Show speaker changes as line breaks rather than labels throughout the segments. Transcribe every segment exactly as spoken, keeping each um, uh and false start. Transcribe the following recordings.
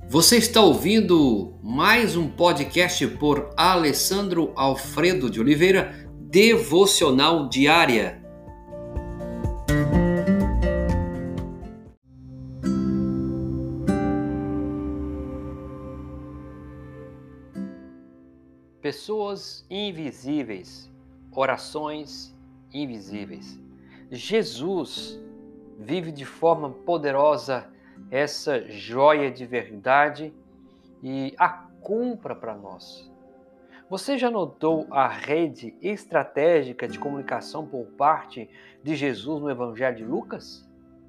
Você está ouvindo mais um podcast por Alessandro Alfredo de Oliveira, Devocional Diária. Pessoas invisíveis, orações invisíveis. Jesus vive de forma poderosa essa joia de verdade e a cumpra para nós. Você já notou a rede estratégica de comunicação por parte de Jesus no Evangelho de Lucas?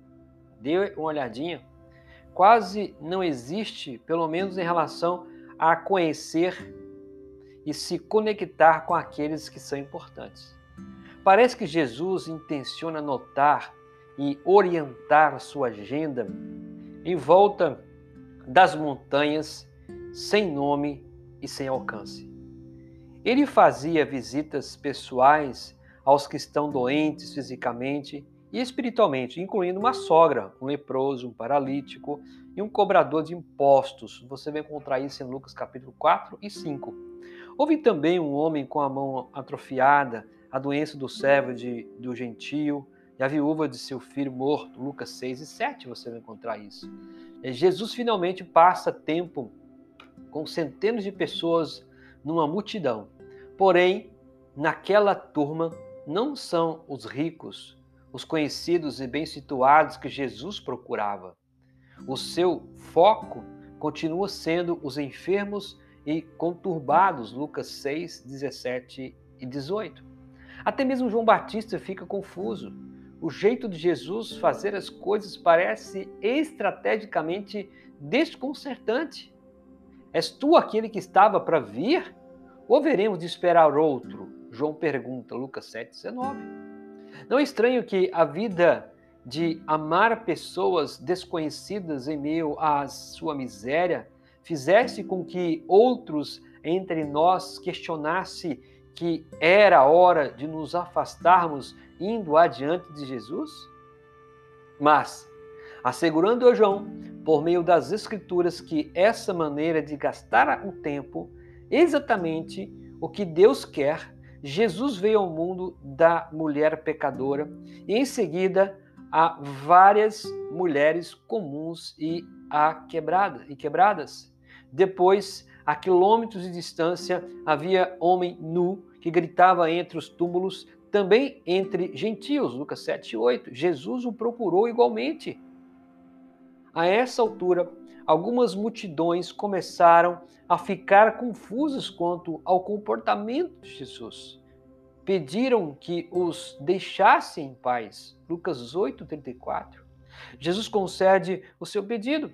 Dê uma olhadinha. Quase não existe, pelo menos em relação a conhecer e se conectar com aqueles que são importantes. Parece que Jesus intenciona notar e orientar a sua agenda em volta das montanhas, sem nome e sem alcance. Ele fazia visitas pessoais aos que estão doentes fisicamente e espiritualmente, incluindo uma sogra, um leproso, um paralítico e um cobrador de impostos. Você vai encontrar isso em Lucas capítulo quatro e cinco. Houve também um homem com a mão atrofiada, a doença do servo de, do gentio, e a viúva de seu filho morto, Lucas seis e sete, você vai encontrar isso. Jesus finalmente passa tempo com centenas de pessoas numa multidão. Porém, naquela turma não são os ricos, os conhecidos e bem situados que Jesus procurava. O seu foco continua sendo os enfermos e conturbados, Lucas seis, dezessete e dezoito. Até mesmo João Batista fica confuso. O jeito de Jesus fazer as coisas parece estrategicamente desconcertante. És tu aquele que estava para vir? Ou veremos de esperar outro? João pergunta, Lucas sete, dezenove. Não é estranho que a vida de amar pessoas desconhecidas em meio à sua miséria fizesse com que outros entre nós questionassem que era hora de nos afastarmos indo adiante de Jesus? Mas, assegurando a João, por meio das Escrituras, que essa maneira de gastar o tempo, exatamente o que Deus quer, Jesus veio ao mundo da mulher pecadora e em seguida a várias mulheres comuns e, a quebrada, e quebradas. Depois, a quilômetros de distância, havia homem nu que gritava entre os túmulos, também entre gentios, Lucas sete, oito. Jesus o procurou igualmente. A essa altura, algumas multidões começaram a ficar confusas quanto ao comportamento de Jesus. Pediram que os deixassem em paz, Lucas oito, trinta e quatro. Jesus concede o seu pedido.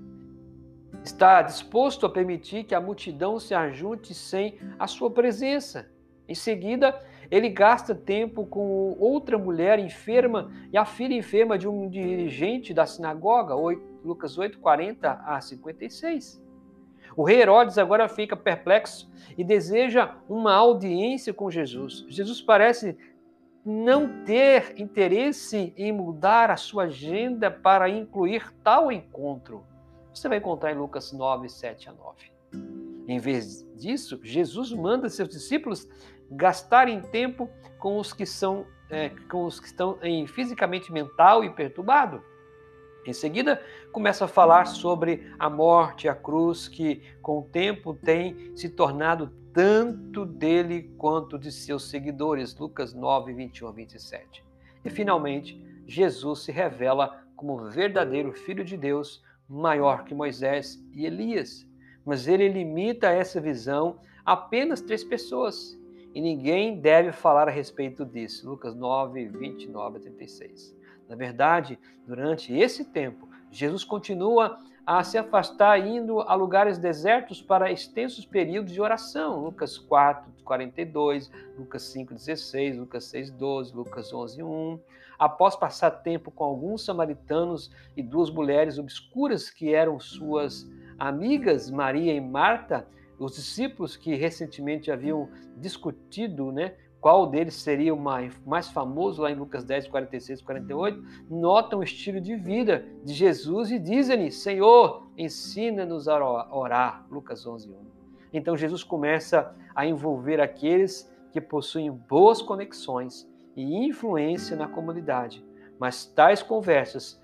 Está disposto a permitir que a multidão se ajunte sem a sua presença. Em seguida, ele gasta tempo com outra mulher enferma e a filha enferma de um dirigente da sinagoga, Lucas oito, quarenta a cinquenta e seis. O rei Herodes agora fica perplexo e deseja uma audiência com Jesus. Jesus parece não ter interesse em mudar a sua agenda para incluir tal encontro. Você vai encontrar em Lucas nove, sete a nove. Em vez disso, Jesus manda seus discípulos gastarem tempo com os que são, é, com os que estão em fisicamente mental e perturbado. Em seguida, começa a falar sobre a morte, a cruz, que com o tempo tem se tornado tanto dele quanto de seus seguidores. Lucas nove, vinte e um a vinte e sete. E finalmente, Jesus se revela como verdadeiro Filho de Deus, maior que Moisés e Elias. Mas ele limita essa visão a apenas três pessoas. E ninguém deve falar a respeito disso. Lucas nove, vinte e nove a trinta e seis. Na verdade, durante esse tempo, Jesus continua a se afastar, indo a lugares desertos para extensos períodos de oração. Lucas quatro, quarenta e dois, Lucas cinco, dezesseis, Lucas seis, doze, Lucas onze, um. Após passar tempo com alguns samaritanos e duas mulheres obscuras que eram suas amigas, Maria e Marta, os discípulos que recentemente haviam discutido, né, qual deles seria o mais, mais famoso, lá em Lucas dez, quarenta e seis e quarenta e oito, notam o estilo de vida de Jesus e dizem-lhe: Senhor, ensina-nos a orar. Lucas onze, um. Então Jesus começa a envolver aqueles que possuem boas conexões e influência na comunidade, mas tais conversas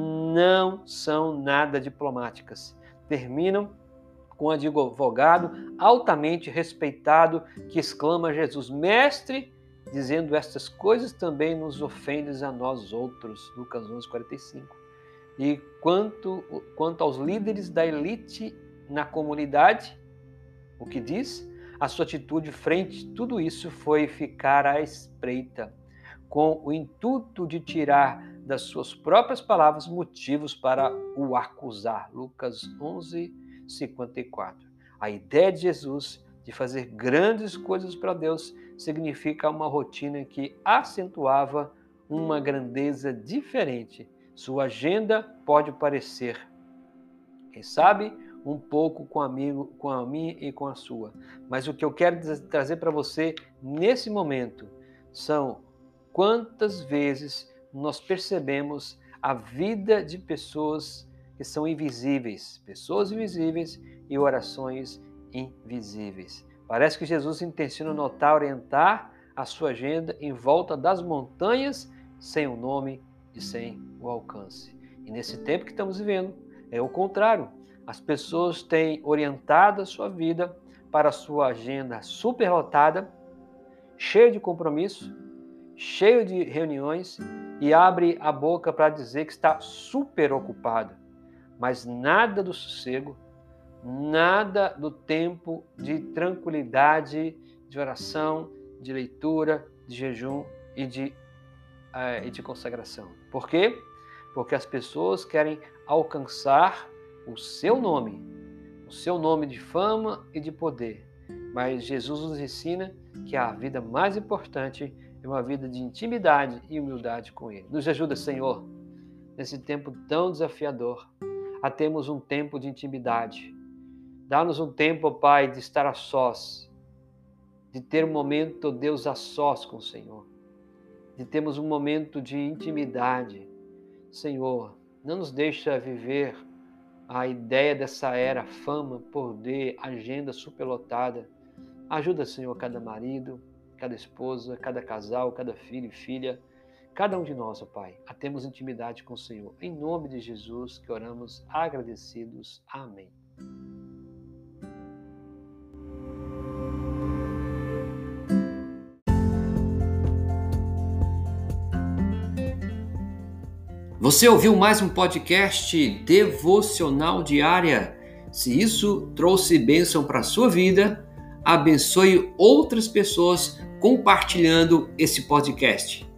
não são nada diplomáticas. Terminam com um advogado altamente respeitado que exclama a Jesus: Mestre, dizendo estas coisas também nos ofendes a nós outros. Lucas onze, quarenta e cinco. E quanto, quanto aos líderes da elite na comunidade, o que diz? A sua atitude frente a tudo isso foi ficar à espreita, com o intuito de tirar das suas próprias palavras motivos para o acusar. Lucas onze, cinquenta e quatro. A ideia de Jesus de fazer grandes coisas para Deus significa uma rotina que acentuava uma grandeza diferente. Sua agenda pode parecer, quem sabe, um pouco com, amigo, com a minha e com a sua. Mas o que eu quero trazer para você nesse momento são quantas vezes nós percebemos a vida de pessoas que são invisíveis, pessoas invisíveis e orações invisíveis. Parece que Jesus intenciona notar, orientar a sua agenda em volta das montanhas sem o nome e sem o alcance. E nesse tempo que estamos vivendo, é o contrário. As pessoas têm orientado a sua vida para a sua agenda superlotada, cheia de compromisso, cheio de reuniões, e abre a boca para dizer que está super ocupado, mas nada do sossego, nada do tempo de tranquilidade, de oração, de leitura, de jejum e de, uh, e de consagração. Por quê? Porque as pessoas querem alcançar o seu nome, o seu nome de fama e de poder. Mas Jesus nos ensina que a vida mais importante é uma vida de intimidade e humildade com Ele. Nos ajuda, Senhor, nesse tempo tão desafiador, a termos um tempo de intimidade. Dá-nos um tempo, Pai, de estar a sós, de ter um momento, Deus, a sós com o Senhor, de termos um momento de intimidade. Senhor, não nos deixa viver a ideia dessa era, fama, poder, agenda superlotada. Ajuda, Senhor, cada marido, cada esposa, cada casal, cada filho e filha, cada um de nós, ó Pai, a termos intimidade com o Senhor. Em nome de Jesus que oramos agradecidos. Amém. Você ouviu mais um podcast devocional diária? Se isso trouxe bênção para a sua vida, abençoe outras pessoas compartilhando esse podcast.